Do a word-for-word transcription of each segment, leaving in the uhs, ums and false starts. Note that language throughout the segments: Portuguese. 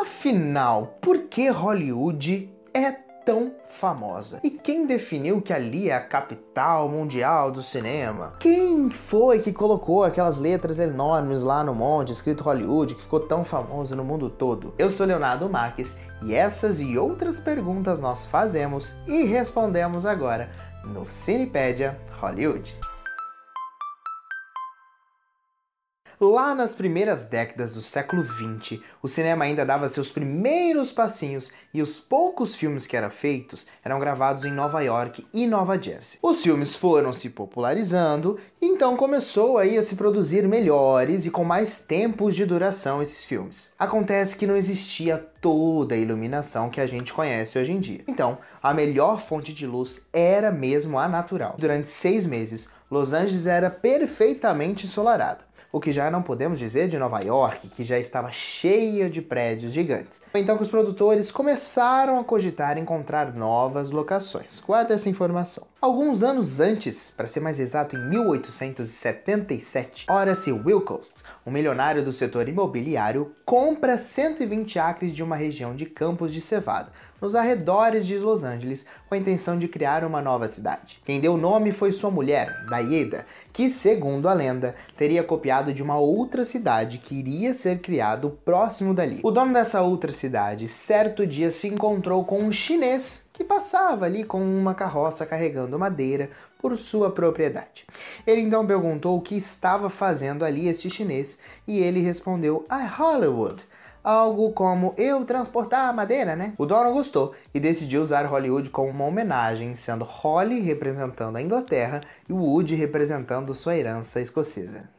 Afinal, por que Hollywood é tão famosa? E quem definiu que ali é a capital mundial do cinema? Quem foi que colocou aquelas letras enormes lá no monte escrito Hollywood, que ficou tão famoso no mundo todo? Eu sou Leonardo Marques e essas e outras perguntas nós fazemos e respondemos agora no Cinepédia Hollywood. Lá nas primeiras décadas do século vinte, o cinema ainda dava seus primeiros passinhos e os poucos filmes que eram feitos eram gravados em Nova York e Nova Jersey. Os filmes foram se popularizando e então começou aí a se produzir melhores e com mais tempos de duração esses filmes. Acontece que não existia toda a iluminação que a gente conhece hoje em dia. Então, a melhor fonte de luz era mesmo a natural. Durante seis meses, Los Angeles era perfeitamente ensolarada. O que já não podemos dizer de Nova York, que já estava cheia de prédios gigantes. Foi então que os produtores começaram a cogitar encontrar novas locações. Guarda essa informação. Alguns anos antes, para ser mais exato em mil oitocentos e setenta e sete, Horace Wilcox, um milionário do setor imobiliário, compra cento e vinte acres de uma região de campos de cevada, nos arredores de Los Angeles, com a intenção de criar uma nova cidade. Quem deu o nome foi sua mulher, Dayeda, que, segundo a lenda, teria copiado de uma outra cidade que iria ser criado próximo dali. O dono dessa outra cidade, certo dia, se encontrou com um chinês que passava ali com uma carroça carregando madeira por sua propriedade. Ele então perguntou o que estava fazendo ali este chinês e ele respondeu: "Ah, Hollywood." Algo como eu transportar madeira, né? O dono gostou e decidiu usar Hollywood como uma homenagem, sendo Holly representando a Inglaterra e Wood representando sua herança escocesa.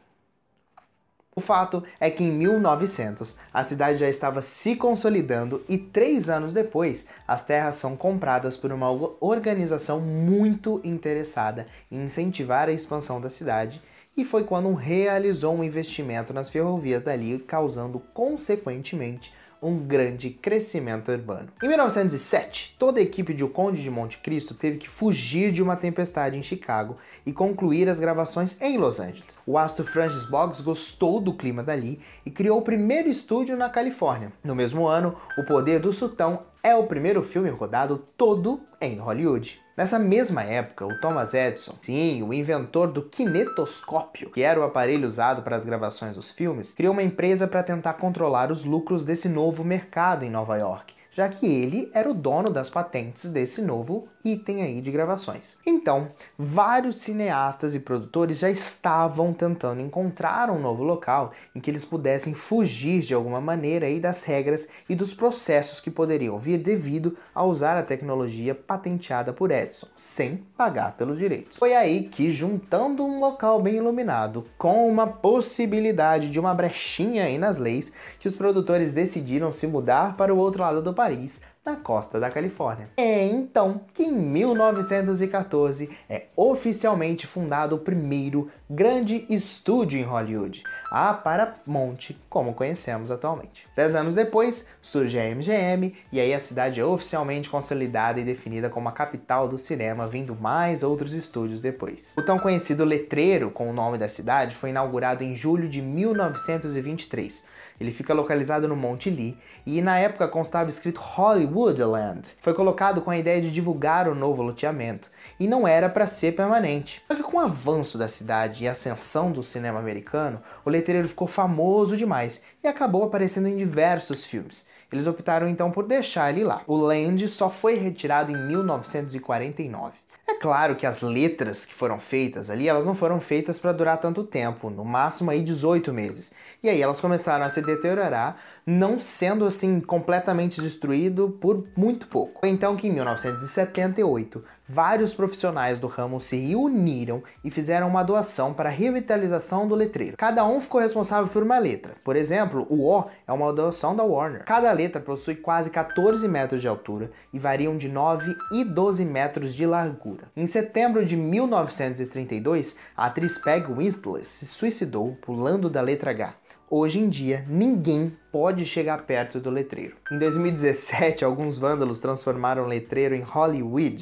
O fato é que em mil e novecentos a cidade já estava se consolidando e três anos depois as terras são compradas por uma organização muito interessada em incentivar a expansão da cidade. E foi quando realizou um investimento nas ferrovias dali, causando, consequentemente, um grande crescimento urbano. Em mil novecentos e sete, toda a equipe de O Conde de Monte Cristo teve que fugir de uma tempestade em Chicago e concluir as gravações em Los Angeles. O astro Francis Boggs gostou do clima dali e criou o primeiro estúdio na Califórnia. No mesmo ano, O Poder do Sultão é o primeiro filme rodado todo em Hollywood. Nessa mesma época, o Thomas Edison, sim, o inventor do kinetoscópio, que era o aparelho usado para as gravações dos filmes, criou uma empresa para tentar controlar os lucros desse novo mercado em Nova York, já que ele era o dono das patentes desse novo item aí de gravações. Então, vários cineastas e produtores já estavam tentando encontrar um novo local em que eles pudessem fugir de alguma maneira aí das regras e dos processos que poderiam vir devido a usar a tecnologia patenteada por Edison, sem pagar pelos direitos. Foi aí que, juntando um local bem iluminado com uma possibilidade de uma brechinha aí nas leis, que os produtores decidiram se mudar para o outro lado do país, na costa da Califórnia. É então que em mil novecentos e quatorze é oficialmente fundado o primeiro grande estúdio em Hollywood, a Paramount, como conhecemos atualmente. Dez anos depois, surge a M G M e aí a cidade é oficialmente consolidada e definida como a capital do cinema, vindo mais outros estúdios depois. O tão conhecido letreiro com o nome da cidade foi inaugurado em julho de mil novecentos e vinte e três. Ele fica localizado no Monte Lee e na época constava escrito Hollywoodland. Foi colocado com a ideia de divulgar o novo loteamento e não era para ser permanente. Só que com o avanço da cidade e a ascensão do cinema americano, o letreiro ficou famoso demais e acabou aparecendo em diversos filmes. Eles optaram então por deixar ele lá. O Land só foi retirado em mil novecentos e quarenta e nove. É claro que as letras que foram feitas ali, elas não foram feitas para durar tanto tempo, no máximo aí dezoito meses. E aí elas começaram a se deteriorar, não sendo assim completamente destruído por muito pouco. Foi então que em mil novecentos e setenta e oito, vários profissionais do ramo se reuniram e fizeram uma doação para a revitalização do letreiro. Cada um ficou responsável por uma letra. Por exemplo, o O é uma doação da Warner. Cada letra possui quase quatorze metros de altura e variam de nove e doze metros de largura. Em setembro de mil novecentos e trinta e dois, a atriz Peggy Winslet se suicidou pulando da letra H. Hoje em dia, ninguém pode chegar perto do letreiro. Em dois mil e dezessete, alguns vândalos transformaram o letreiro em Hollywood,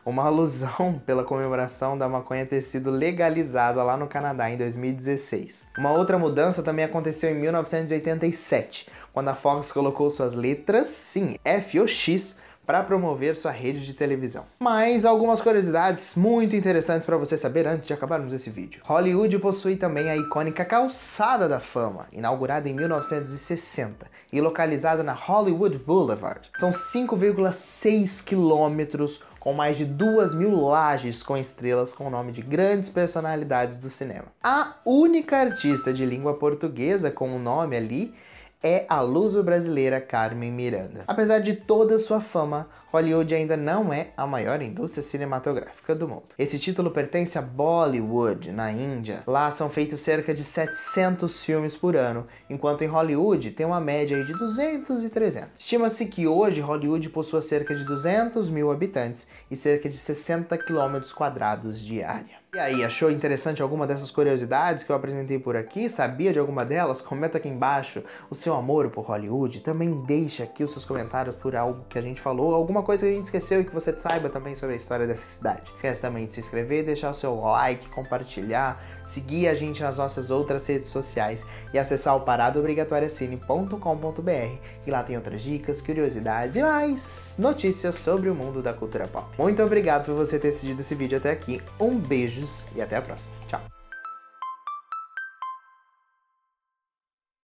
uma alusão pela comemoração da maconha ter sido legalizada lá no Canadá em dois mil e dezesseis. Uma outra mudança também aconteceu em mil novecentos e oitenta e sete, quando a Fox colocou suas letras, sim, F O X, para promover sua rede de televisão. Mas algumas curiosidades muito interessantes para você saber antes de acabarmos esse vídeo. Hollywood possui também a icônica Calçada da Fama, inaugurada em mil novecentos e sessenta e localizada na Hollywood Boulevard. São cinco vírgula seis quilômetros com mais de duas mil lajes com estrelas com o nome de grandes personalidades do cinema. A única artista de língua portuguesa com o nome ali é a luso-brasileira Carmen Miranda. Apesar de toda sua fama, Hollywood ainda não é a maior indústria cinematográfica do mundo. Esse título pertence a Bollywood, na Índia. Lá são feitos cerca de setecentos filmes por ano, enquanto em Hollywood tem uma média de duzentos e trezentos. Estima-se que hoje Hollywood possua cerca de duzentos mil habitantes e cerca de sessenta quilômetros quadrados de área. E aí, achou interessante alguma dessas curiosidades que eu apresentei por aqui? Sabia de alguma delas? Comenta aqui embaixo o seu amor por Hollywood. Também deixa aqui os seus comentários por algo que a gente falou, alguma coisa que a gente esqueceu e que você saiba também sobre a história dessa cidade. Esquece também de se inscrever, deixar o seu like, compartilhar, seguir a gente nas nossas outras redes sociais e acessar o parada obrigatória cine ponto com ponto br, e lá tem outras dicas, curiosidades e mais notícias sobre o mundo da cultura pop. Muito obrigado por você ter assistido esse vídeo até aqui. Um beijo e até a próxima. Tchau!